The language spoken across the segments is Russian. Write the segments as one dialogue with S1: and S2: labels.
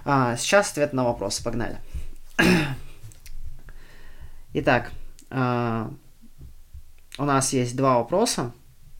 S1: Сейчас ответ на вопрос. Погнали. Итак, у нас есть два вопроса.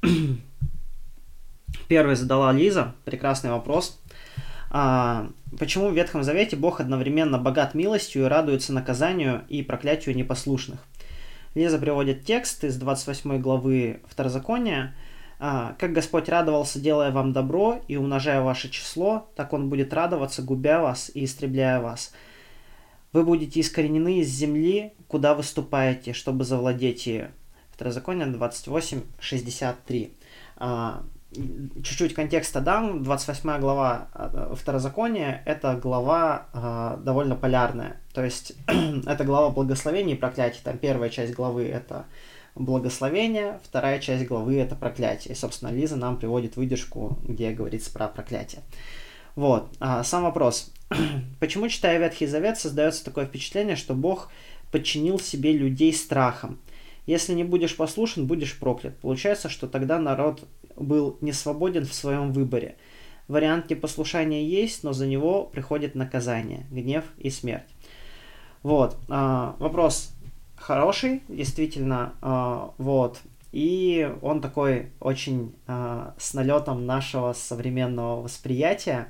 S1: Первый задала Лиза. Прекрасный вопрос. Почему в Ветхом Завете Бог одновременно богат милостью и радуется наказанию и проклятию непослушных? Лиза приводит текст из 28 главы Второзакония. «Как Господь радовался, делая вам добро и умножая ваше число, так Он будет радоваться, губя вас и истребляя вас. Вы будете искоренены из земли, куда вы ступаете, чтобы завладеть ею». Второзаконие 28:63. Чуть-чуть контекста дам. 28 глава Второзакония – это глава довольно полярная. То есть это глава благословений и проклятий. Там первая часть главы – это благословение, вторая часть главы – это проклятие. И, собственно, Лиза нам приводит выдержку, где говорится про проклятие. Вот. Сам вопрос. Почему, читая Ветхий Завет, создается такое впечатление, что Бог подчинил себе людей страхом? Если не будешь послушен, будешь проклят. Получается, что тогда народ был не свободен в своем выборе. Вариант непослушания есть, но за него приходит наказание, гнев и смерть. Вот. Вопрос хороший, действительно. Вот. И он такой очень с налетом нашего современного восприятия.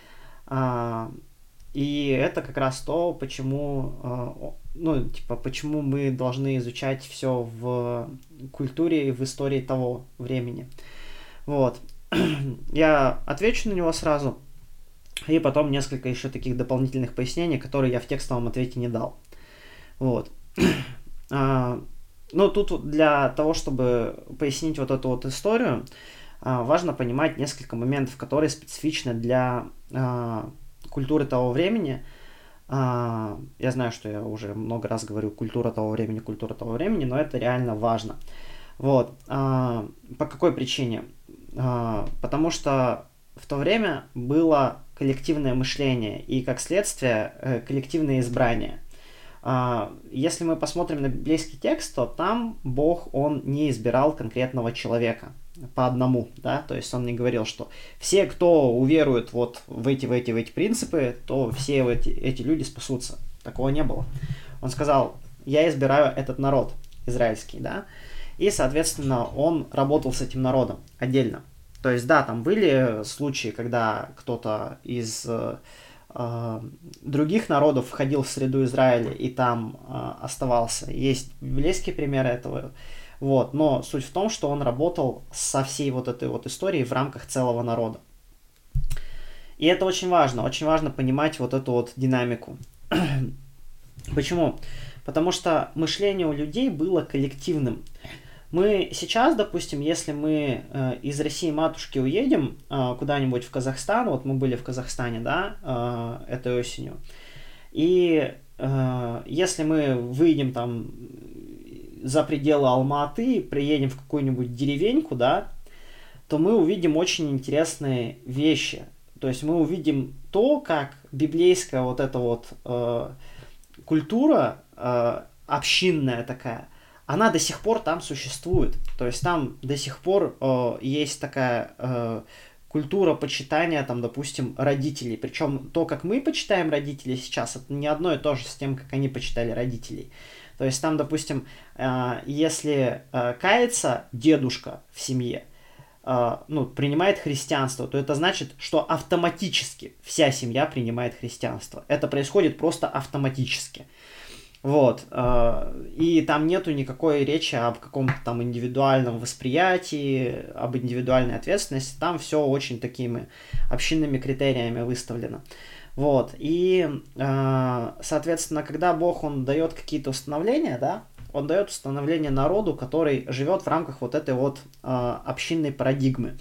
S1: И это как раз то, почему, почему мы должны изучать все в культуре и в истории того времени. Вот. Я отвечу на него сразу, и потом несколько еще таких дополнительных пояснений, которые я в текстовом ответе не дал. Вот. Тут для того, чтобы пояснить вот эту вот историю, важно понимать несколько моментов, которые специфичны для культуры того времени. Я знаю, что я уже много раз говорю культура того времени, но это реально важно. Вот. По какой причине? Потому что в то время было коллективное мышление и, как следствие, коллективное избрание. Если мы посмотрим на библейский текст, то там Бог, Он не избирал конкретного человека по одному, да, то есть Он не говорил, что все, кто уверует вот в эти принципы, то все эти люди спасутся. Такого не было. Он сказал: я избираю этот народ израильский, да, и, соответственно, Он работал с этим народом отдельно. То есть, да, там были случаи, когда кто-то из других народов входил в среду Израиля и там оставался. Есть библейские примеры этого. Вот. Но суть в том, что он работал со всей вот этой вот историей в рамках целого народа. И это очень важно. Очень важно понимать вот эту вот динамику. Почему? Потому что мышление у людей было коллективным. Мы сейчас, допустим, если мы из России матушки уедем куда-нибудь в Казахстан, вот мы были в Казахстане, да, этой осенью, и если мы выйдем там за пределы Алма-Аты, приедем в какую-нибудь деревеньку, да, то мы увидим очень интересные вещи. То есть мы увидим то, как библейская вот эта вот культура общинная такая, она до сих пор там существует. То есть там до сих пор есть такая культура почитания, там, допустим, родителей. Причем то, как мы почитаем родителей сейчас, это не одно и то же с тем, как они почитали родителей. То есть там, допустим, если кается дедушка в семье, принимает христианство, то это значит, что автоматически вся семья принимает христианство. Это происходит просто автоматически. Вот. И там нету никакой речи об каком-то там индивидуальном восприятии, об индивидуальной ответственности. Там все очень такими общинными критериями выставлено. Вот. И, соответственно, когда Бог, Он дает какие-то установления, да, Он дает установление народу, который живет в рамках вот этой вот общинной парадигмы.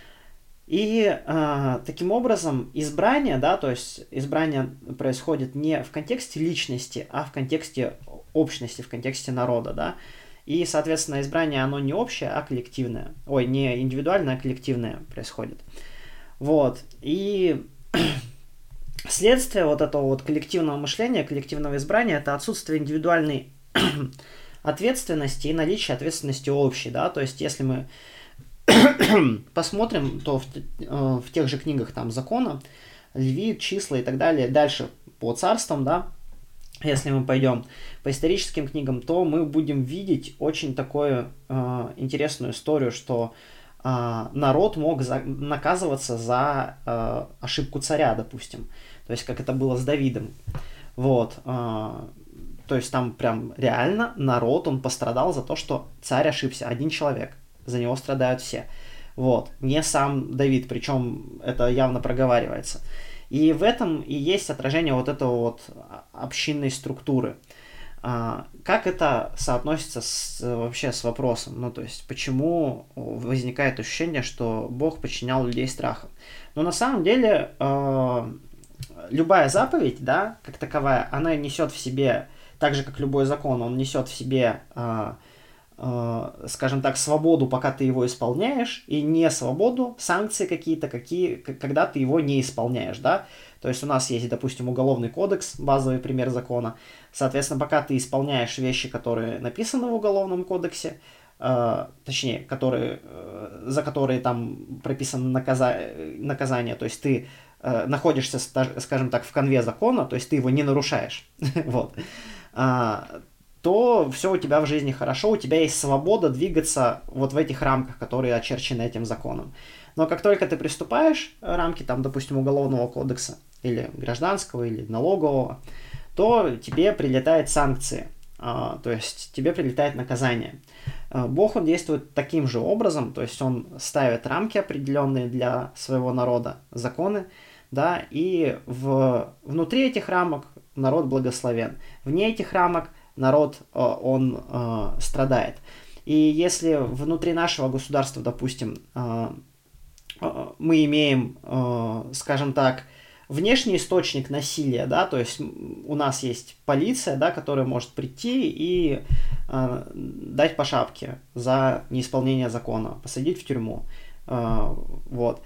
S1: И таким образом избрание, да, то есть избрание происходит не в контексте личности, а в контексте общности, в контексте народа, да. И, соответственно, избрание, оно не общее, а коллективное. Ой, не индивидуальное, а коллективное происходит. Вот. И следствие вот этого вот коллективного мышления, коллективного избрания – это отсутствие индивидуальной ответственности и наличие ответственности общей, да. То есть если мы посмотрим, то в тех же книгах там закона Левит, числа и так далее. Дальше по царствам, да, если мы пойдем по историческим книгам, то мы будем видеть очень такую интересную историю, что народ мог наказываться за ошибку царя, допустим. То есть, как это было с Давидом. Вот. То есть, там прям реально народ, он пострадал за то, что царь ошибся. Один человек. За него страдают все. Вот. Не сам Давид, причем это явно проговаривается. И в этом и есть отражение вот этого вот общинной структуры. Как это соотносится вообще с вопросом? Ну, то есть, почему возникает ощущение, что Бог подчинял людей страхом? Но на самом деле, любая заповедь, да, как таковая, она несет в себе, так же, как любой закон, он несет в себе, скажем так, свободу, пока ты его исполняешь, и не свободу, санкции какие-то, когда ты его не исполняешь, да. То есть у нас есть, допустим, уголовный кодекс, базовый пример закона. Соответственно, пока ты исполняешь вещи, которые написаны в уголовном кодексе, точнее, за которые там прописано наказание, то есть ты находишься, скажем так, в конве закона, то есть ты его не нарушаешь, вот, то все у тебя в жизни хорошо, у тебя есть свобода двигаться вот в этих рамках, которые очерчены этим законом. Но как только ты приступаешь рамки, там, допустим, уголовного кодекса, или гражданского, или налогового, то тебе прилетают санкции, то есть тебе прилетает наказание. Бог, он действует таким же образом, то есть он ставит рамки определенные для своего народа, законы, да, и внутри этих рамок народ благословен. Вне этих рамок народ, он страдает. И если внутри нашего государства, допустим, мы имеем, скажем так, внешний источник насилия, да, то есть у нас есть полиция, да, которая может прийти и дать по шапке за неисполнение закона, посадить в тюрьму, вот,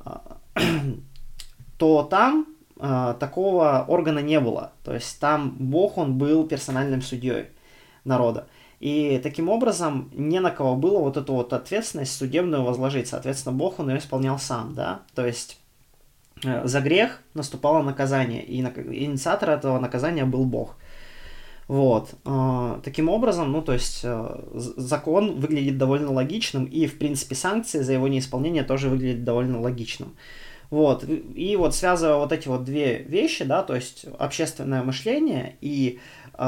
S1: то там такого органа не было, то есть там Бог, он был персональным судьей народа. И таким образом не на кого было вот эту вот ответственность судебную возложить. Соответственно, Бог, он ее исполнял сам, да. То есть за грех наступало наказание, и инициатор этого наказания был Бог. Вот. Таким образом, ну, то есть закон выглядит довольно логичным, и, в принципе, санкции за его неисполнение тоже выглядят довольно логичным. Вот. И вот связывая вот эти вот две вещи, да, то есть общественное мышление и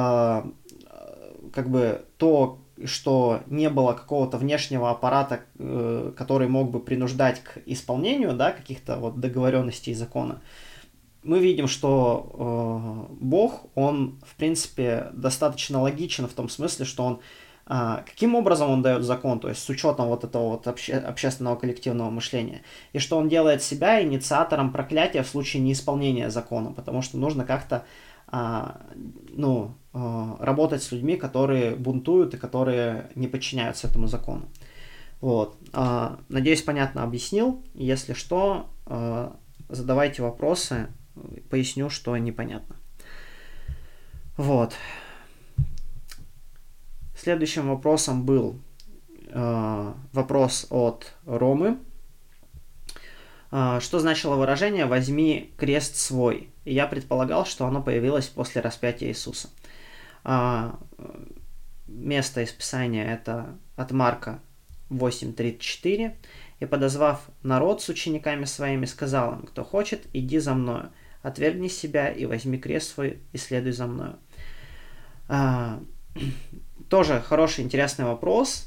S1: как бы то, что не было какого-то внешнего аппарата, который мог бы принуждать к исполнению, да, каких-то вот договоренностей закона, мы видим, что Бог, он, в принципе, достаточно логичен в том смысле, что он каким образом он дает закон, то есть с учетом вот этого вот общественного коллективного мышления, и что он делает себя инициатором проклятия в случае неисполнения закона, потому что нужно как-то работать с людьми, которые бунтуют и которые не подчиняются этому закону. Вот. Надеюсь, понятно объяснил. Если что, задавайте вопросы, поясню, что непонятно. Вот. Следующим вопросом был вопрос от Ромы. Что значило выражение «возьми крест свой»? И я предполагал, что оно появилось после распятия Иисуса. Место из Писания это от Марка 8:34. «И, подозвав народ с учениками своими, сказал им: кто хочет, иди за мною, отвергни себя и возьми крест свой и следуй за мною». Тоже хороший, интересный вопрос.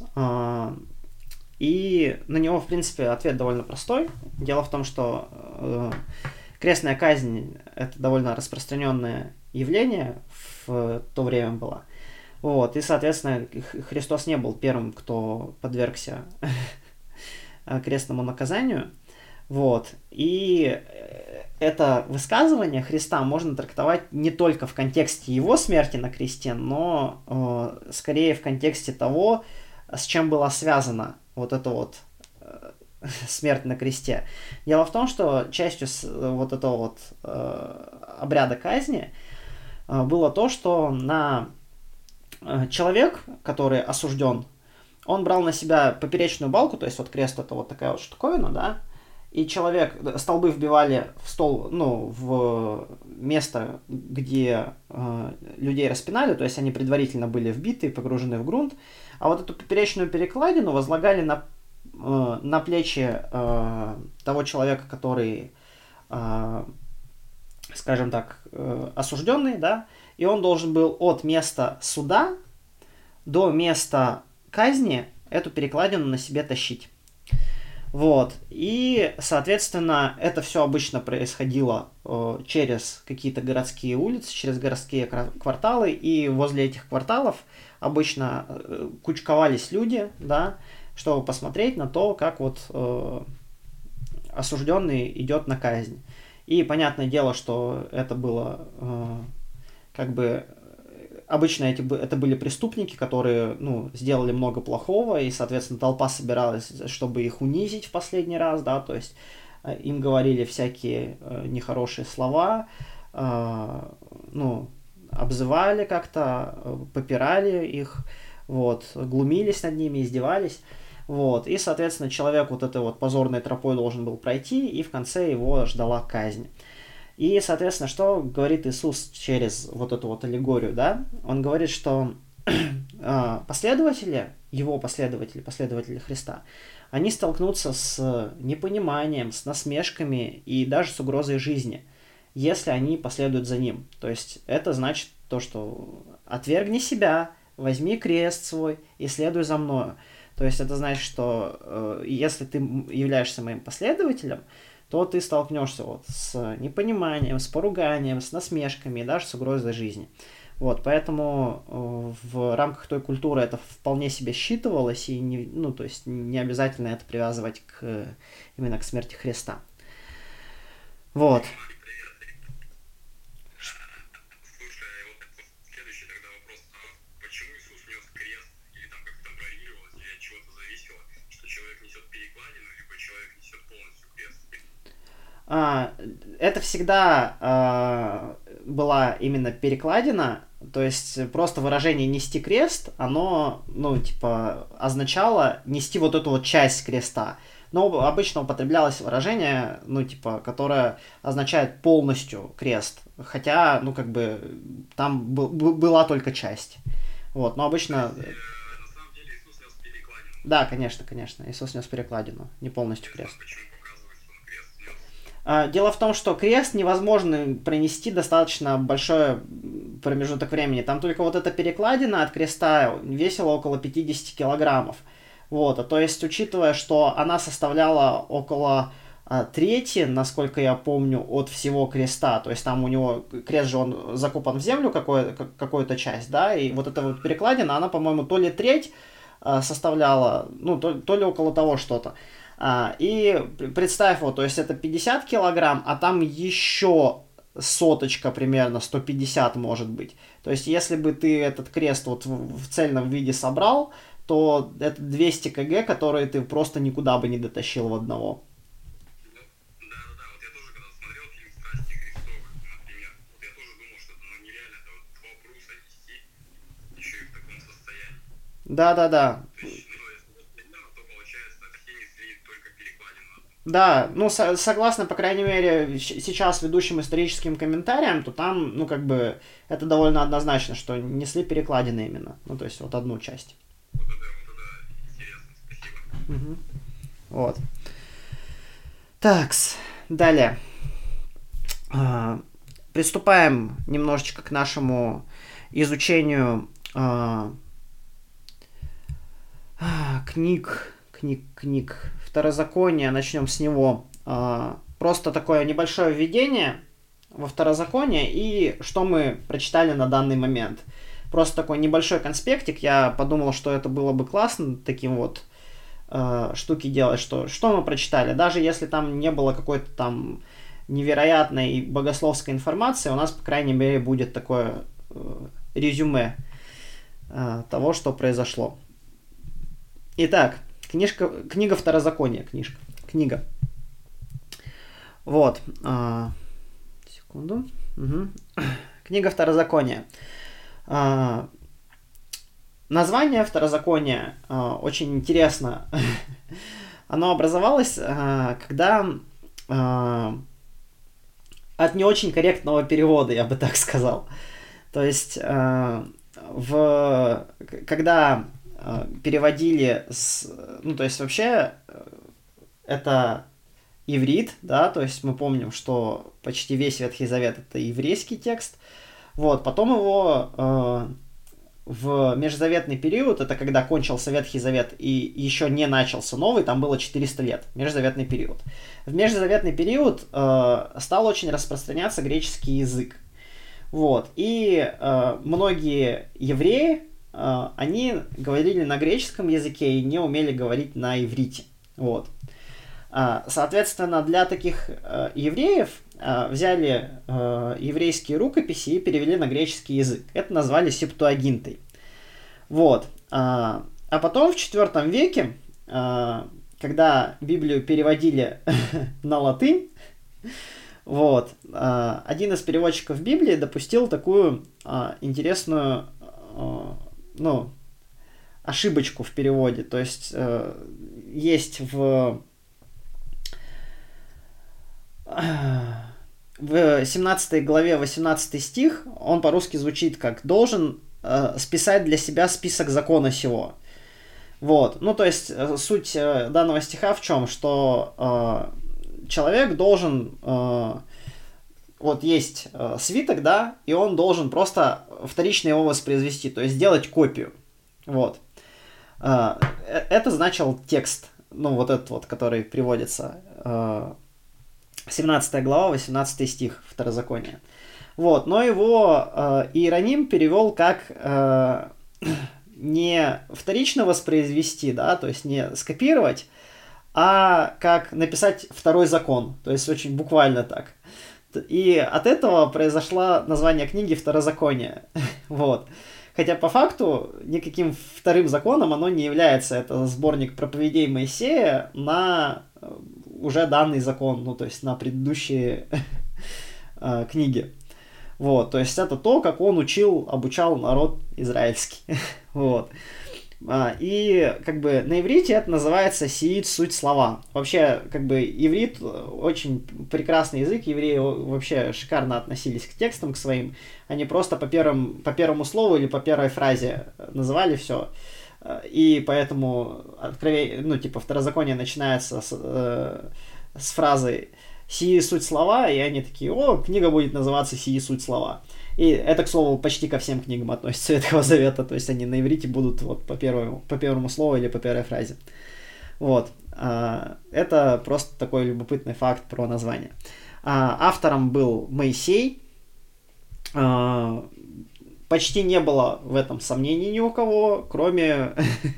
S1: И на него, в принципе, ответ довольно простой. Дело в том, что крестная казнь – это довольно распространенное явление в то время было. Вот. И, соответственно, Христос не был первым, кто подвергся крестному наказанию. Вот. И это высказывание Христа можно трактовать не только в контексте его смерти на кресте, но скорее в контексте того, с чем была связана вот эта вот смерть на кресте. Дело в том, что частью вот этого вот обряда казни было то, что человек, который осужден, он брал на себя поперечную балку, то есть вот крест это вот такая вот штуковина, да, и человек, столбы вбивали в стол, ну, в место, где людей распинали, то есть они предварительно были вбиты и погружены в грунт, а вот эту поперечную перекладину возлагали на плечи того человека, который, скажем так, осужденный, да, и он должен был от места суда до места казни эту перекладину на себе тащить. Вот. И, соответственно, это все обычно происходило через какие-то городские улицы, через городские кварталы, и возле этих кварталов обычно кучковались люди, да, чтобы посмотреть на то, как вот осужденный идет на казнь. И понятное дело, что это было как бы обычно это были преступники, которые, ну, сделали много плохого, и, соответственно, толпа собиралась, чтобы их унизить в последний раз, да, то есть им говорили всякие нехорошие слова, ну, обзывали как-то, попирали их, вот, глумились над ними, издевались, вот, и, соответственно, человек вот этой вот позорной тропой должен был пройти, и в конце его ждала казнь. И, соответственно, что говорит Иисус через вот эту вот аллегорию, да? Он говорит, что последователи Христа, они столкнутся с непониманием, с насмешками и даже с угрозой жизни, если они последуют за Ним. То есть это значит то, что отвергни себя, возьми крест свой и следуй за мною. То есть это значит, что если ты являешься моим последователем, то ты столкнешься вот с непониманием, с поруганием, с насмешками и даже с угрозой жизни. Вот, поэтому в рамках той культуры это вполне себе считывалось, и не, ну, то есть не обязательно это привязывать именно к смерти Христа. Вот. Это всегда была именно перекладина, то есть просто выражение «нести крест», оно, ну, типа, означало нести вот эту вот часть креста. Но обычно употреблялось выражение, ну, типа, которое означает полностью крест, хотя, ну, как бы, там была только часть. Вот, но обычно... На самом деле Иисус нес перекладину. Да, конечно, Иисус нес перекладину, не полностью крест. Дело в том, что крест невозможно пронести достаточно большой промежуток времени. Там только вот эта перекладина от креста весила около 50 килограммов. Вот, то есть, учитывая, что она составляла около трети, насколько я помню, от всего креста, то есть там у него крест же он закопан в землю какую-то часть, да, и вот эта вот перекладина, она, по-моему, то ли треть составляла, ну, то ли около того что-то. И представь, вот, то есть это 50 килограмм, а там еще соточка примерно, 150 может быть. То есть если бы ты этот крест вот в цельном виде собрал, то это 200 кг, которые ты просто никуда бы не дотащил в одного. Да, вот я тоже когда смотрел фильм «Страсти Христовы», например, вот я тоже думал, что это нереально, это вот 2 бруса нести, еще и в таком состоянии. Да. Да, ну, согласно, по крайней мере, сейчас ведущим историческим комментариям, то там, ну, как бы, это довольно однозначно, что несли перекладины именно. Ну, то есть, вот одну часть. Вот это интересно, спасибо. Угу. Вот. Такс, далее. Приступаем немножечко к нашему изучению книг Второзакония, начнем с него. Просто такое небольшое введение во Второзаконие и что мы прочитали на данный момент. Просто такой небольшой конспектик. Я подумал, что это было бы классно таким вот штуки делать, что мы прочитали. Даже если там не было какой-то там невероятной богословской информации, у нас, по крайней мере, будет такое резюме того, что произошло. Итак, книга Второзакония. Книга. Вот. Секунду. Угу. Книга Второзакония. Название Второзакония очень интересно оно образовалось, когда от не очень корректного перевода, я бы так сказал. То есть, когда переводили ну, то есть, вообще, это иврит, да, то есть мы помним, что почти весь Ветхий Завет это еврейский текст. Вот, потом его в межзаветный период, это когда кончился Ветхий Завет и еще не начался новый, там было 400 лет, межзаветный период. В межзаветный период стал очень распространяться греческий язык. Вот, и многие евреи, они говорили на греческом языке и не умели говорить на иврите. Вот. Соответственно, для таких евреев взяли еврейские рукописи и перевели на греческий язык. Это назвали септуагинтой. Вот. А потом в IV веке, когда Библию переводили на латынь, вот, один из переводчиков Библии допустил такую интересную, ну, ошибочку в переводе. То есть есть в 17 главе 18 стих, он по-русски звучит как «должен списать для себя список закона сего». Вот. Ну, то есть, суть данного стиха в чем? Что человек должен... вот есть свиток, да, и он должен просто вторично его воспроизвести, то есть сделать копию. Вот. Это значил текст, ну, вот этот вот, который приводится... 17 глава, 18 стих Второзакония. Вот, но его Иероним перевел как не вторично воспроизвести, да, то есть не скопировать, а как написать второй закон, то есть очень буквально так. И от этого произошло название книги «Второзаконие». Вот. Хотя по факту никаким вторым законом оно не является. Это сборник проповедей Моисея на уже данный закон, ну то есть на предыдущие книги. Вот, то есть это то, как он обучал народ израильский. Вот. И как бы на иврите это называется «сиит суть слова». Вообще, как бы иврит очень прекрасный язык, евреи вообще шикарно относились к текстам, к своим. Они просто по первому слову или по первой фразе называли все. И поэтому ну, типа, Второзаконие начинается с фразы «сии суть слова», и они такие: «О, книга будет называться «сии суть слова». И это, к слову, почти ко всем книгам относится Ветхого Завета, то есть они на иврите будут вот по первому слову или по первой фразе. Вот. Это просто такой любопытный факт про название. Автором был Моисей. Почти не было в этом сомнений ни у кого, кроме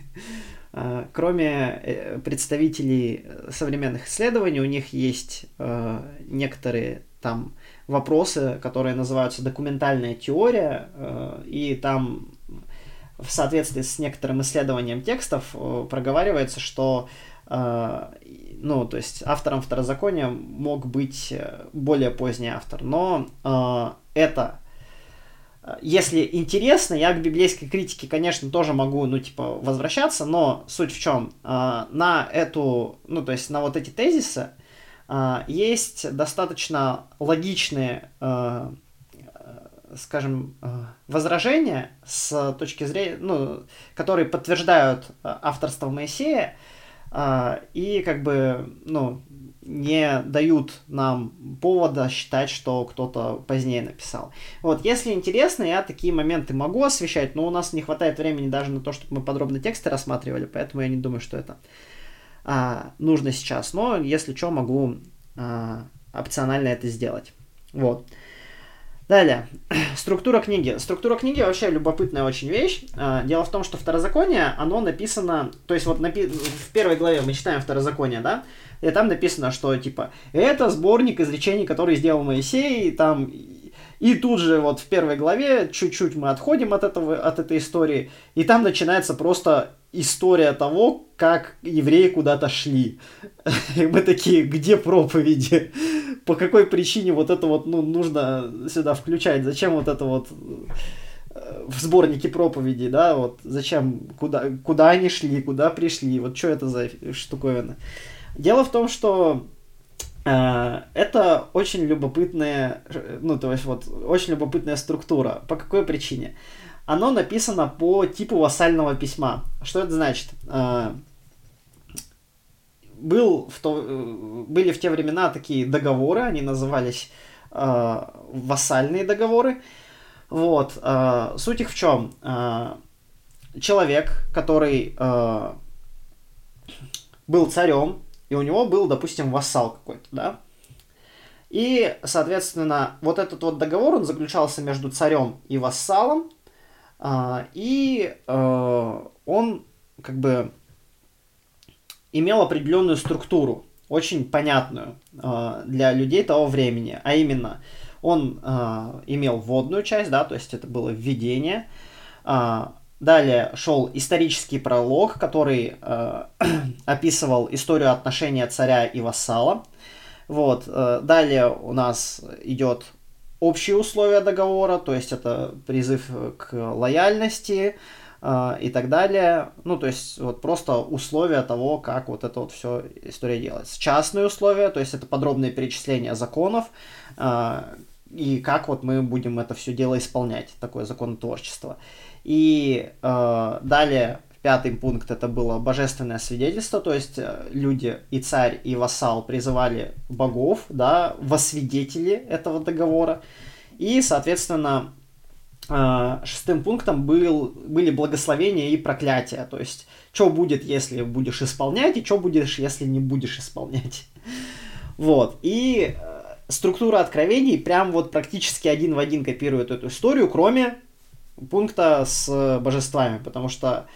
S1: представителей современных исследований. У них есть некоторые там вопросы, которые называются документальная теория, и там в соответствии с некоторым исследованием текстов проговаривается, что ну, то есть автором Второзакония мог быть более поздний автор. Но это... Если интересно, я к библейской критике, конечно, тоже могу, ну, типа, возвращаться, но суть в чем? На эту, ну, то есть на вот эти тезисы есть достаточно логичные, скажем, возражения с точки зрения, ну, которые подтверждают авторство Моисея и как бы, ну, не дают нам повода считать, что кто-то позднее написал. Вот, если интересно, я такие моменты могу освещать, но у нас не хватает времени даже на то, чтобы мы подробно тексты рассматривали, поэтому я не думаю, что это нужно сейчас. Но, если что, могу опционально это сделать. Вот. Далее. Структура книги. Структура книги вообще любопытная очень вещь. Дело в том, что Второзаконие, оно написано... То есть вот в первой главе мы читаем Второзаконие, да? И там написано, что типа это сборник изречений, который сделал Моисей, там... И тут же вот в первой главе чуть-чуть мы отходим от этой истории, и там начинается просто история того, как евреи куда-то шли. И мы такие: где проповеди? По какой причине вот это вот, ну, нужно сюда включать? Зачем вот это вот в сборнике проповедей, да, вот зачем, куда они шли, куда пришли, вот что это за штуковина. Дело в том, что это очень любопытная, ну, то есть вот очень любопытная структура. По какой причине? Оно написано по типу вассального письма. Что это значит? Были в те времена такие договоры, они назывались вассальные договоры. Вот. Суть их в чем? Человек, который был царем, и у него был, допустим, вассал какой-то, да? И, соответственно, вот этот вот договор, он заключался между царем и вассалом, и он как бы имел определенную структуру, очень понятную для людей того времени, а именно он имел вводную часть, да, то есть это было введение. Далее шел исторический пролог, который описывал историю отношения царя и вассала. Вот. Далее у нас идет общие условия договора, то есть это призыв к лояльности и так далее. Ну, то есть вот просто условия того, как вот это вот все история делается. Частные условия, то есть это подробное перечисление законов и как вот мы будем это все дело исполнять, такое законотворчество. И далее, пятый пункт, это было божественное свидетельство, то есть люди, и царь, и вассал призывали богов, да, во свидетели этого договора. И, соответственно, шестым пунктом были благословения и проклятия, то есть, что будет, если будешь исполнять, и что будешь, если не будешь исполнять. Вот, и структура откровений прям вот практически один в один копирует эту историю, кроме пункта с божествами, потому что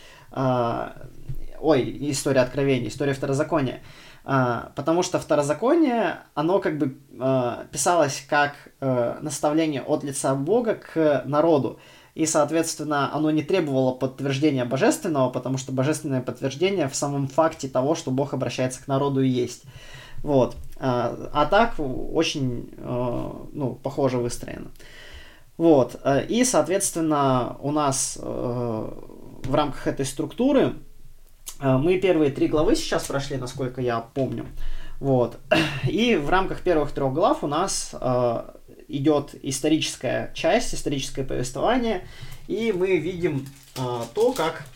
S1: история откровений, история второзакония, потому что второзаконие, оно как бы писалось как наставление от лица Бога к народу, и, соответственно, оно не требовало подтверждения божественного, потому что божественное подтверждение в самом факте того, что Бог обращается к народу, и есть. Вот. А так очень, похоже выстроено. Вот. И, соответственно, у нас в рамках этой структуры мы первые 3 главы сейчас прошли, насколько я помню. Вот. И в рамках первых 3 глав у нас идет историческая часть, историческое повествование, и мы видим то,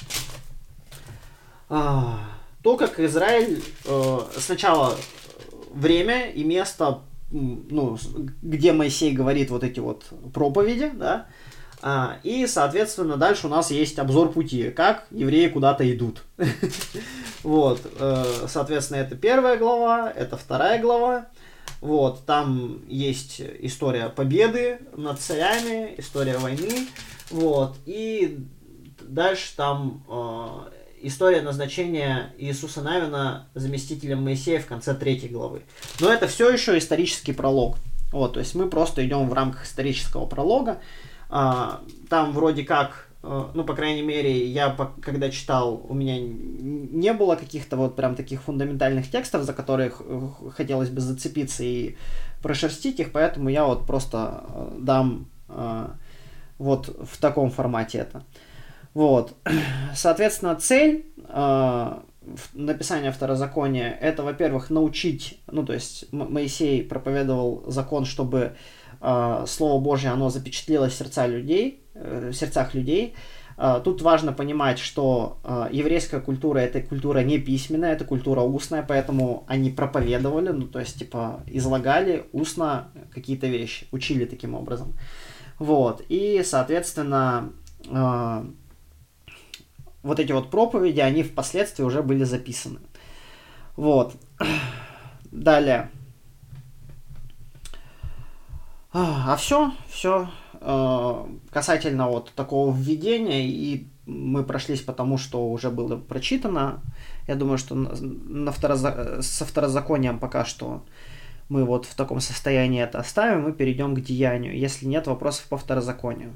S1: как Израиль сначала время и место, где Моисей говорит вот эти вот проповеди, да, и, соответственно, дальше у нас есть обзор пути, как евреи куда-то идут. Вот, соответственно, это 1 глава, это 2 глава, вот, там есть история победы над царями, история войны, вот, и дальше там история назначения Иисуса Навина заместителем Моисея в конце 3 главы. Но это все еще исторический пролог. Вот, то есть мы просто идем в рамках исторического пролога. Там вроде как, по крайней мере, я когда читал, у меня не было каких-то вот прям таких фундаментальных текстов, за которые хотелось бы зацепиться и прошерстить их, поэтому я вот просто дам вот в таком формате это. Вот. Соответственно, цель написания второзакония — это, во-первых, научить, то есть Моисей проповедовал закон, чтобы Слово Божье, оно запечатлелось в сердцах людей. Тут важно понимать, что еврейская культура — это культура не письменная, это культура устная, поэтому они проповедовали, то есть, излагали устно какие-то вещи, учили таким образом. Вот. И, соответственно, вот эти вот проповеди, они впоследствии уже были записаны. Вот. Далее. Все касательно вот такого введения, и мы прошлись потому, что уже было прочитано. Я думаю, что со второзаконием пока что мы вот в таком состоянии это оставим и перейдем к деянию, если нет вопросов по второзаконию.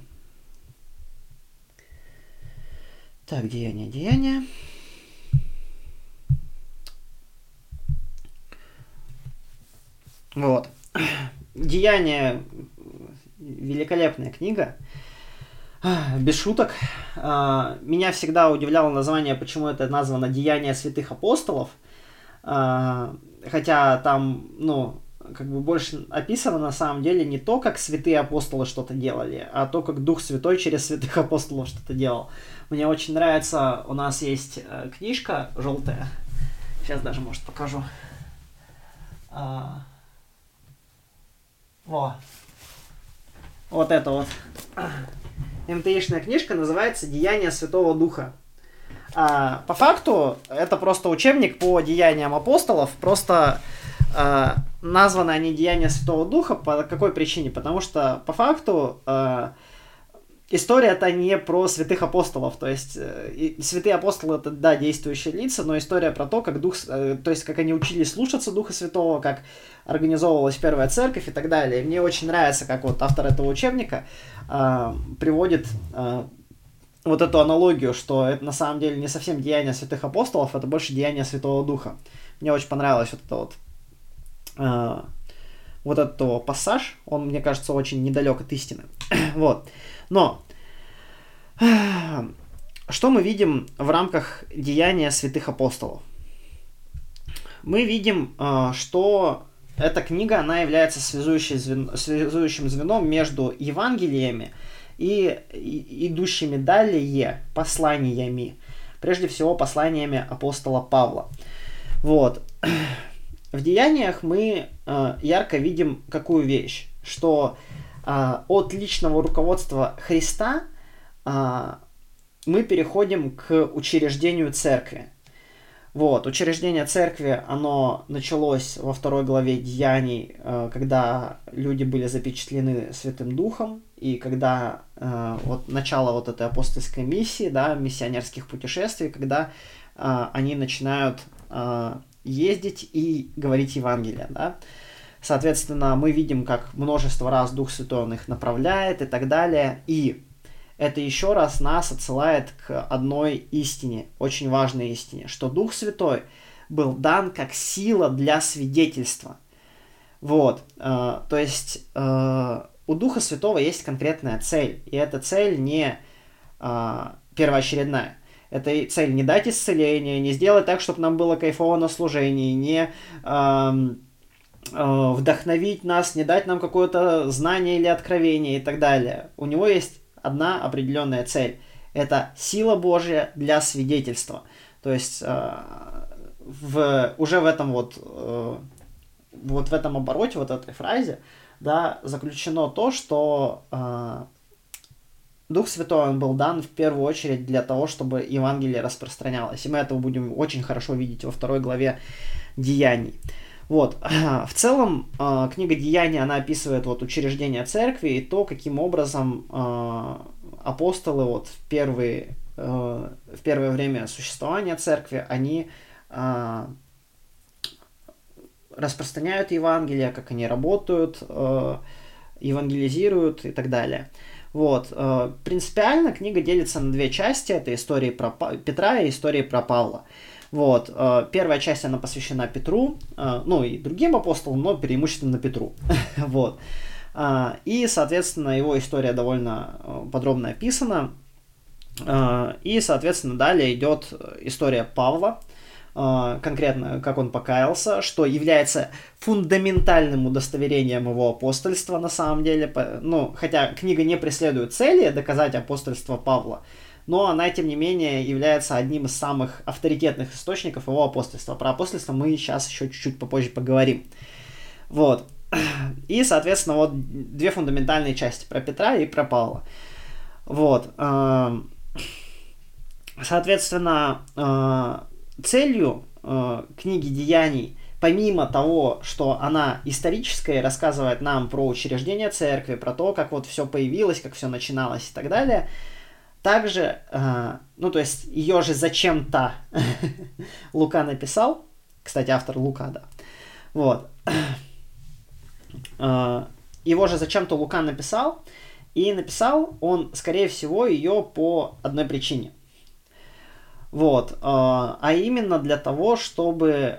S1: Так, деяние. Вот. Деяние — великолепная книга. Без шуток. Меня всегда удивляло название, почему это названо «Деяния святых апостолов». Хотя там, ну, как бы больше описано на самом деле не то, как святые апостолы что-то делали, а то, как Дух Святой через святых апостолов что-то делал. Мне очень нравится, у нас есть книжка желтая. Сейчас даже, может, покажу. Вот это вот. МТИшная книжка называется «Деяния Святого Духа». По факту, это просто учебник по деяниям апостолов, просто названы они «Деяния Святого Духа». По какой причине? Потому что, по факту, история-то не про святых апостолов, то есть святые апостолы — это, да, действующие лица, но история про то, как то есть как они учились слушаться Духа Святого, как организовывалась первая церковь и так далее. И мне очень нравится, как вот автор этого учебника приводит вот эту аналогию, что это на самом деле не совсем деяния святых апостолов, это больше деяния Святого Духа. Мне очень понравилось вот этот пассаж, он, мне кажется, очень недалек от истины. Вот. Но что мы видим в рамках деяния святых апостолов? Мы видим, что эта книга, она является связующим звеном между Евангелиями и идущими далее посланиями. Прежде всего, посланиями апостола Павла. Вот. В деяниях мы ярко видим какую вещь, что от личного руководства Христа мы переходим к учреждению церкви. Вот, учреждение церкви, оно началось во 2 главе Деяний, когда люди были запечатлены Святым Духом, и когда вот начало вот этой апостольской миссии, да, миссионерских путешествий, когда они начинают ездить и говорить Евангелие, да. Соответственно, мы видим, как множество раз Дух Святой он их направляет и так далее, и это еще раз нас отсылает к одной истине, очень важной истине, что Дух Святой был дан как сила для свидетельства. Вот, то есть у Духа Святого есть конкретная цель, и эта цель не первоочередная. Это цель не дать исцеление, не сделать так, чтобы нам было кайфово на служении, не вдохновить нас, не дать нам какое-то знание или откровение и так далее. У него есть одна определенная цель. Это сила Божья для свидетельства. То есть уже в этом вот в этом обороте, вот этой фразе, да, заключено то, что Дух Святой, он был дан в первую очередь для того, чтобы Евангелие распространялось. И мы это будем очень хорошо видеть во 2 главе Деяний. Вот. В целом, книга Деяний, она описывает вот учреждение церкви и то, каким образом апостолы вот в первое время существования церкви, они распространяют Евангелие, как они работают, евангелизируют и так далее. Вот. Принципиально книга делится на 2 части. Это истории про Петра и истории про Павла. Вот. Первая часть, она посвящена Петру, ну и другим апостолам, но преимущественно Петру. Вот. И, соответственно, его история довольно подробно описана. И, соответственно, далее идет история Павла, конкретно, как он покаялся, что является фундаментальным удостоверением его апостольства на самом деле. Ну, хотя книга не преследует цели доказать апостольство Павла, но она, тем не менее, является одним из самых авторитетных источников его апостольства. Про апостольство мы сейчас еще чуть-чуть попозже поговорим. Вот. И, соответственно, вот 2 фундаментальные части про Петра и про Павла. Вот. Соответственно, целью книги Деяний, помимо того, что она историческая, рассказывает нам про учреждение церкви, про то, как вот все появилось, как все начиналось и так далее, также, ну, то есть, ее же зачем-то Лука написал, кстати, автор Лука, да, вот, его же зачем-то Лука написал, и написал он, скорее всего, ее по одной причине. Вот, а именно для того, чтобы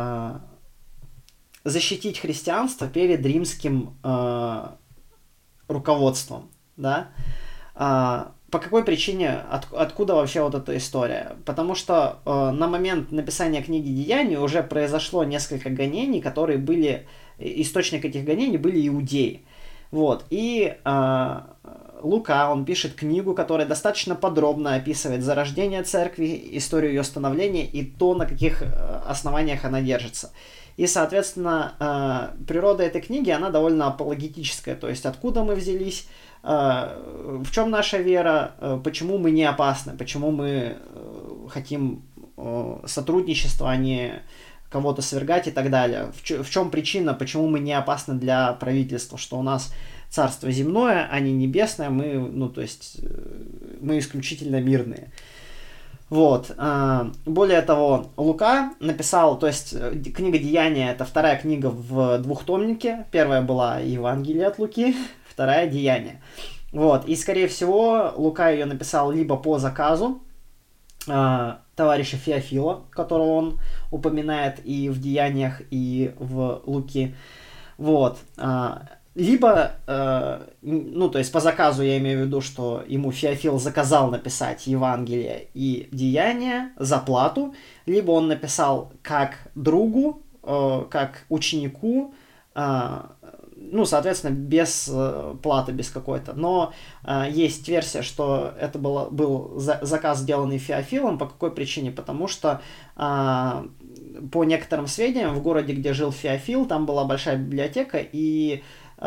S1: защитить христианство перед римским руководством, да. По какой причине, откуда вообще вот эта история? Потому что на момент написания книги «Деяний» уже произошло несколько гонений, которые были... Источник этих гонений были иудеи. Вот. И Лука, он пишет книгу, которая достаточно подробно описывает зарождение церкви, историю ее становления и то, на каких основаниях она держится. И, соответственно, природа этой книги, она довольно апологетическая. То есть, откуда мы взялись, в чем наша вера, почему мы не опасны, почему мы хотим сотрудничества, а не кого-то свергать и так далее. В чем причина, почему мы не опасны для правительства, что у нас царство земное, а не небесное, мы исключительно мирные. Вот. Более того, Лука написал, то есть книга «Деяния» — это вторая книга в двухтомнике. Первая была «Евангелие от Луки», вторая «Деяния». Вот. И, скорее всего, Лука ее написал либо по заказу товарища Феофила, которого он упоминает и в «Деяниях», и в Луки. Вот. Либо, то есть по заказу я имею в виду, что ему Феофил заказал написать Евангелие и Деяния за плату, либо он написал как другу, как ученику, соответственно, без платы, без какой-то. Но есть версия, что это был заказ, сделанный Феофилом. По какой причине? Потому что по некоторым сведениям в городе, где жил Феофил, там была большая библиотека, и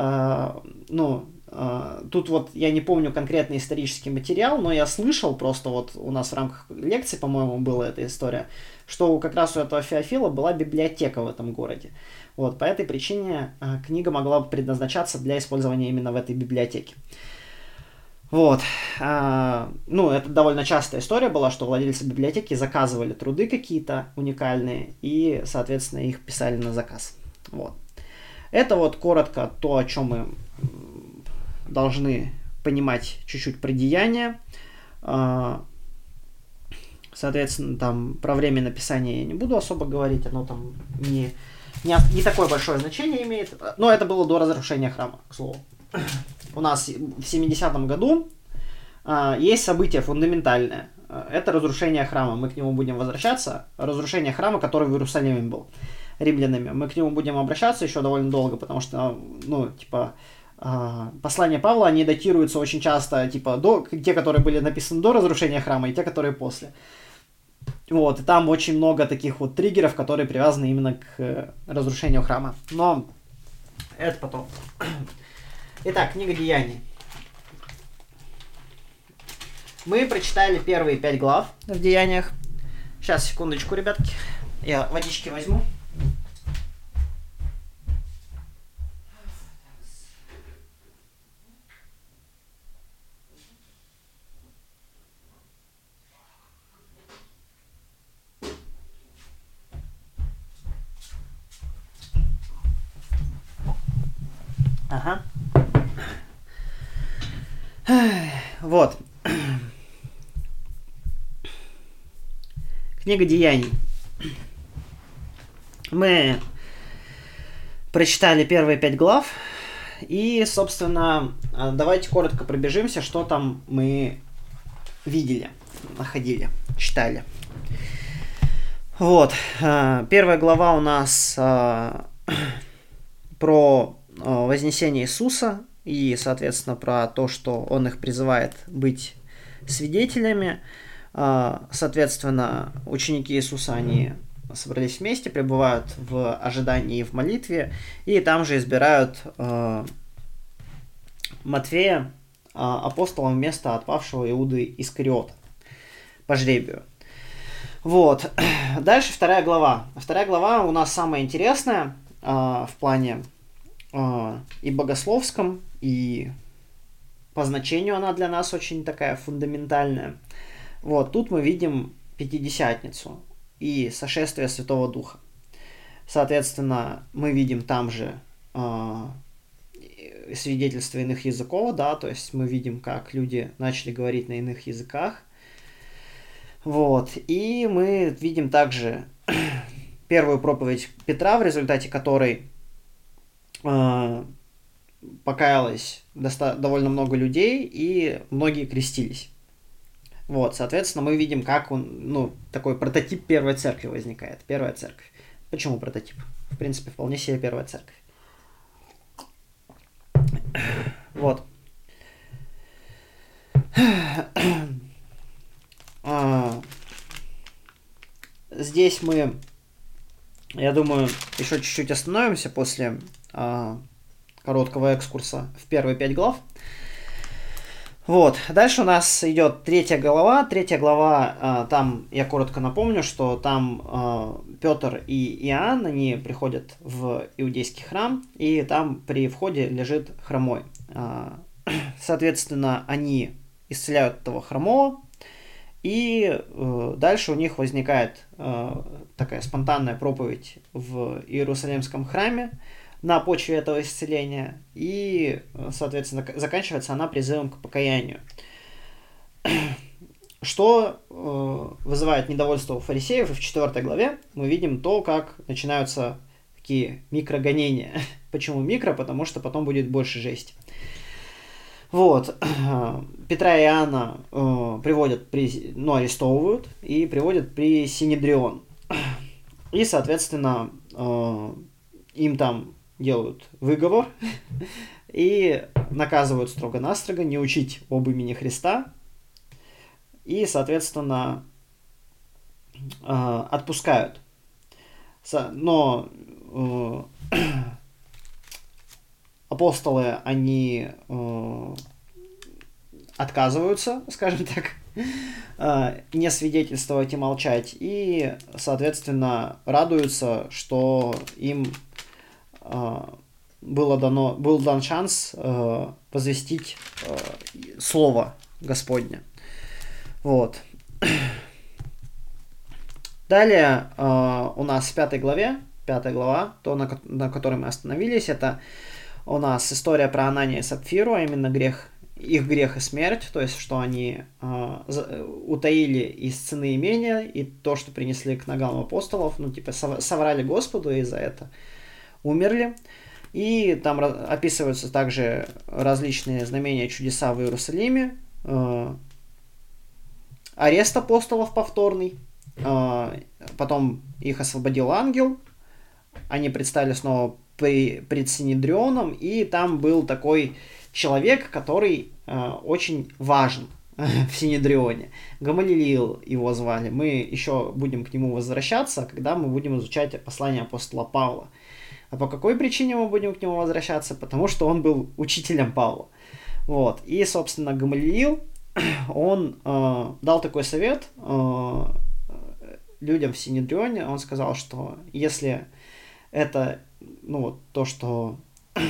S1: тут вот я не помню конкретный исторический материал, но я слышал просто вот у нас в рамках лекции, по-моему, была эта история, что как раз у этого Феофила была библиотека в этом городе. Вот, по этой причине книга могла предназначаться для использования именно в этой библиотеке. Вот. Это довольно частая история была, что владельцы библиотеки заказывали труды какие-то уникальные и, соответственно, их писали на заказ. Вот. Это вот коротко то, о чем мы должны понимать чуть-чуть про деяния. Соответственно, там про время написания я не буду особо говорить, оно там не такое большое значение имеет. Но это было до разрушения храма, к слову. У нас в 70-м году есть событие фундаментальное. Это разрушение храма. Мы к нему будем возвращаться. Разрушение храма, который в Иерусалиме был римлянами. Мы к нему будем обращаться еще довольно долго, потому что, послания Павла, они датируются очень часто, те, которые были написаны до разрушения храма, и те, которые после. Вот, и там очень много таких вот триггеров, которые привязаны именно к разрушению храма. Но это потом. Итак, книга Деяний. Мы прочитали первые 5 глав в Деяниях. Сейчас, секундочку, ребятки. Я водички возьму. Ага. Вот. Книга Деяний. Мы прочитали первые 5 глав. И, собственно, давайте коротко пробежимся, что там мы видели, находили, читали. Вот. Первая глава у нас про вознесение Иисуса и, соответственно, про то, что Он их призывает быть свидетелями. Соответственно, ученики Иисуса, они собрались вместе, пребывают в ожидании и в молитве, и там же избирают Матфея апостолом вместо отпавшего Иуды Искариота по жребию. Вот. Дальше вторая глава. Вторая глава у нас самая интересная в плане и богословском, и по значению она для нас очень такая фундаментальная. Вот, тут мы видим Пятидесятницу и сошествие Святого Духа. Соответственно, мы видим там же свидетельство иных языков, да, то есть мы видим, как люди начали говорить на иных языках. Вот, и мы видим также первую проповедь Петра, в результате которой покаялось довольно много людей, и многие крестились. Вот, соответственно, мы видим, как такой прототип первой церкви возникает. Первая церковь. Почему прототип? В принципе, вполне себе первая церковь. Вот. Здесь мы, я думаю, еще чуть-чуть остановимся после короткого экскурса в первые 5 глав. Вот. Дальше у нас идет 3 глава. 3 глава, там, я коротко напомню, что там Петр и Иоанн, они приходят в иудейский храм, и там при входе лежит хромой. Соответственно, они исцеляют этого хромого, и дальше у них возникает такая спонтанная проповедь в Иерусалимском храме на почве этого исцеления, и, соответственно, заканчивается она призывом к покаянию. Что вызывает недовольство у фарисеев, и в 4 главе мы видим то, как начинаются такие микрогонения. Почему микро? Потому что потом будет больше жести. Вот. Петра и Иоанна арестовывают и приводят при Синедрион. И, соответственно, им там делают выговор и наказывают строго-настрого не учить об имени Христа. И, соответственно, отпускают. Но апостолы, они отказываются, скажем так, не свидетельствовать и молчать, и, соответственно, радуются, что им был дан шанс возвестить Слово Господне. Вот. Далее у нас в 5 главе, 5 глава, то, на которой мы остановились, это у нас история про Анания и Сапфиру, а именно их грех и смерть, то есть, что они утаили из цены имения, и то, что принесли к ногам апостолов, соврали Господу, и за это умерли. И там описываются также различные знамения и чудеса в Иерусалиме, арест апостолов повторный, потом их освободил ангел, они предстали снова пред Синедрионом, и там был такой человек, который очень важен в Синедрионе. Гамалиил его звали. Мы еще будем к нему возвращаться, когда мы будем изучать послание апостола Павла. А по какой причине мы будем к нему возвращаться? Потому что он был учителем Павла. Вот. И, собственно, Гамалиил, он дал такой совет людям в Синедрионе. Он сказал, что если это то, что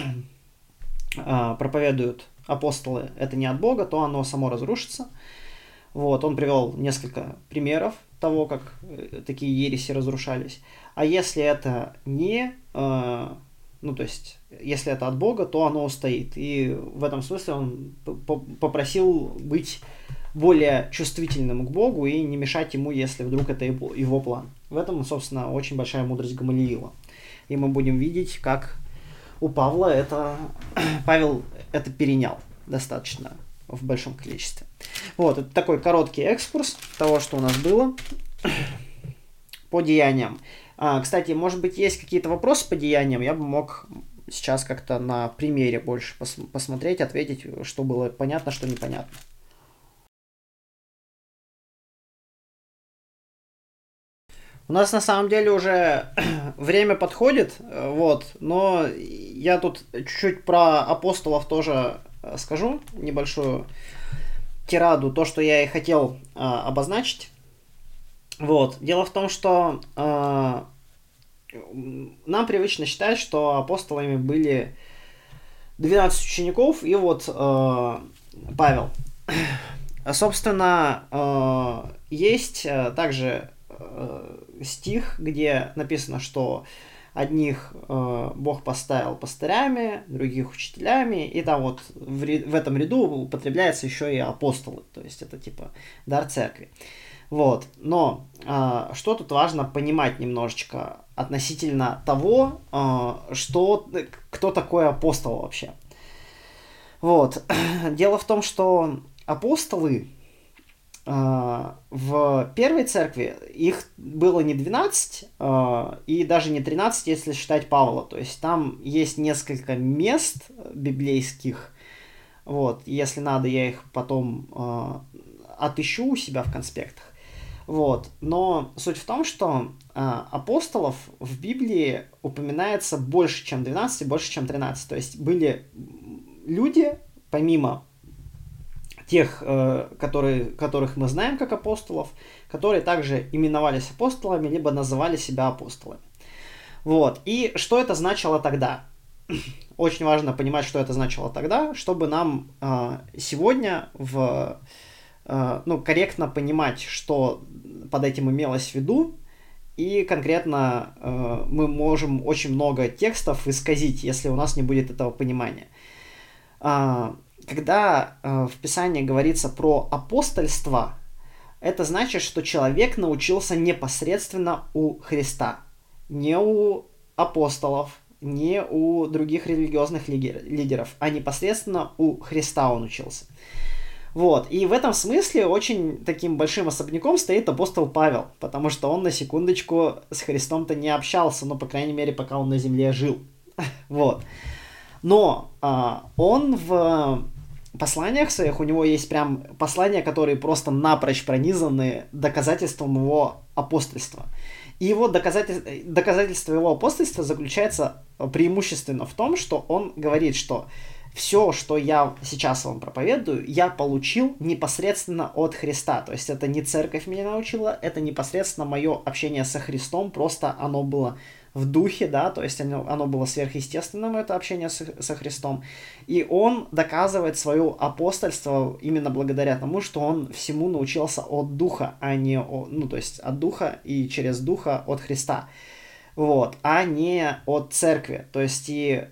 S1: проповедуют апостолы, это не от Бога, то оно само разрушится. Вот, он привел несколько примеров того, как такие ереси разрушались. А если это если это от Бога, то оно устоит. И в этом смысле он попросил быть более чувствительным к Богу и не мешать ему, если вдруг это его план. В этом, собственно, очень большая мудрость Гамалиила. И мы будем видеть, как у Павла Павел это перенял достаточно в большом количестве. Вот, это такой короткий экскурс того, что у нас было по деяниям. Кстати, может быть, есть какие-то вопросы по деяниям, я бы мог сейчас как-то на примере больше посмотреть, ответить, что было понятно, что непонятно. У нас на самом деле уже время подходит, вот, но я тут чуть-чуть про апостолов тоже скажу, небольшую тираду, то, что я и хотел обозначить. Вот, дело в том, что нам привычно считать, что апостолами были 12 учеников и вот Павел. Собственно, есть также стих, где написано, что одних Бог поставил пастырями, других учителями, и там вот в этом ряду употребляется еще и апостолы, то есть это типа дар церкви. Вот, но что тут важно понимать немножечко относительно того, кто такой апостол вообще. Вот. Дело в том, что апостолы в первой церкви их было не 12, и даже не 13, если считать Павла. То есть там есть несколько мест библейских. Вот. Если надо, я их потом отыщу у себя в конспектах. Вот. Но суть в том, что апостолов в Библии упоминается больше, чем 12, и больше, чем 13. То есть были люди, помимо тех, которых мы знаем как апостолов, которые также именовались апостолами, либо называли себя апостолами. Вот. И что это значило тогда? Очень важно понимать, что это значило тогда, чтобы нам сегодня корректно понимать, что под этим имелось в виду, и конкретно мы можем очень много текстов исказить, если у нас не будет этого понимания. Когда в Писании говорится про апостольство, это значит, что человек научился непосредственно у Христа, не у апостолов, не у других религиозных лидеров, а непосредственно у Христа он учился. Вот. И в этом смысле очень таким большим особняком стоит апостол Павел, потому что он, на секундочку, с Христом-то не общался, ну, по крайней мере, пока он на земле жил. Вот. Но он в посланиях своих, у него есть прям послания, которые просто напрочь пронизаны доказательством его апостольства. И его доказательство его апостольства заключается преимущественно в том, что он говорит, что все, что я сейчас вам проповедую, я получил непосредственно от Христа. То есть это не церковь меня научила, это непосредственно мое общение со Христом, просто оно было в духе, да, то есть оно было сверхъестественным, это общение со Христом. И он доказывает свое апостольство именно благодаря тому, что он всему научился от Духа, а не то есть от Духа и через Духа от Христа, вот, а не от церкви. То есть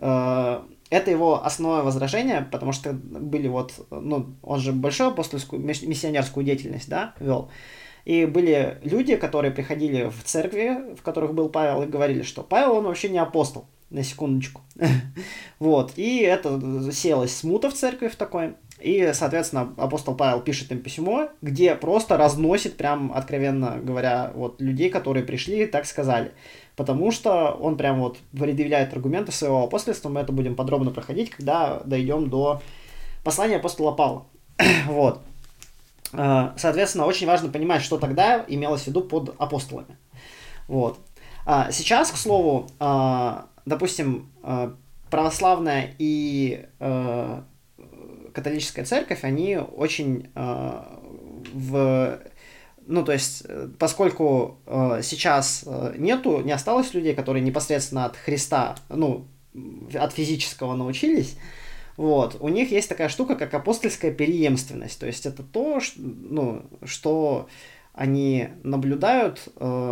S1: это его основное возражение, потому что были он же большую апостольскую, миссионерскую деятельность, да, вел. И были люди, которые приходили в церкви, в которых был Павел, и говорили, что Павел, он вообще не апостол, на секундочку. Вот, и это сеялась смута в церкви в такой. И, соответственно, апостол Павел пишет им письмо, где просто разносит, прям откровенно говоря, вот людей, которые пришли и так сказали. Потому что он прям вот предъявляет аргументы своего апостольства, мы это будем подробно проходить, когда дойдем до послания апостола Павла. Вот. Соответственно, очень важно понимать, что тогда имелось в виду под апостолами. Вот. Сейчас, к слову, допустим, православная и католическая церковь, они очень то есть, поскольку сейчас не осталось людей, которые непосредственно от Христа, от физического научились, вот, у них есть такая штука, как апостольская преемственность. То есть это то, что они наблюдают,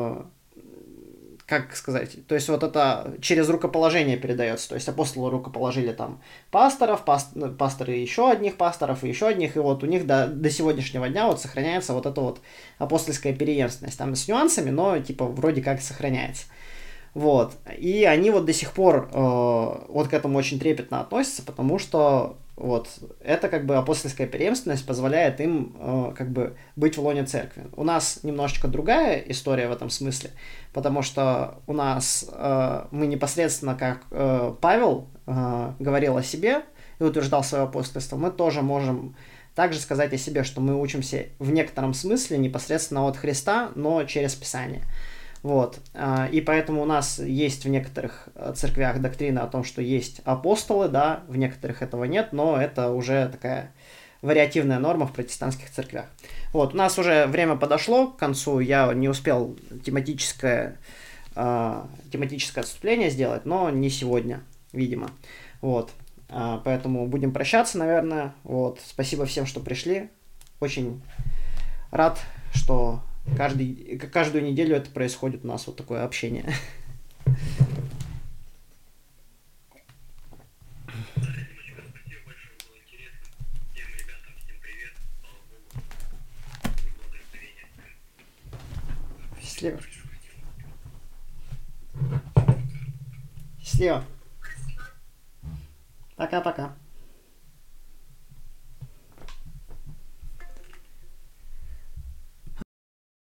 S1: как сказать, то есть вот это через рукоположение передается. То есть апостолы рукоположили там пасторов, пасторы еще одних пасторов, и еще одних, и вот у них до сегодняшнего дня вот сохраняется вот эта вот апостольская преемственность. Там с нюансами, но типа вроде как сохраняется. Вот. И они вот до сих пор вот к этому очень трепетно относятся, потому что вот это как бы апостольская преемственность позволяет им как бы быть в лоне церкви. У нас немножечко другая история в этом смысле, потому что у нас мы непосредственно, как Павел говорил о себе и утверждал свое апостольство, мы тоже можем также сказать о себе, что мы учимся в некотором смысле непосредственно от Христа, но через Писание. Вот. И поэтому у нас есть в некоторых церквях доктрина о том, что есть апостолы, да, в некоторых этого нет, но это уже такая вариативная норма в протестантских церквях. Вот, у нас уже время подошло к концу, я не успел тематическое отступление сделать, но не сегодня, видимо. Вот. Поэтому будем прощаться, наверное. Вот. Спасибо всем, что пришли. Очень рад, что каждую неделю это происходит у нас, вот такое общение. Счастливо. Счастливо. Пока-пока.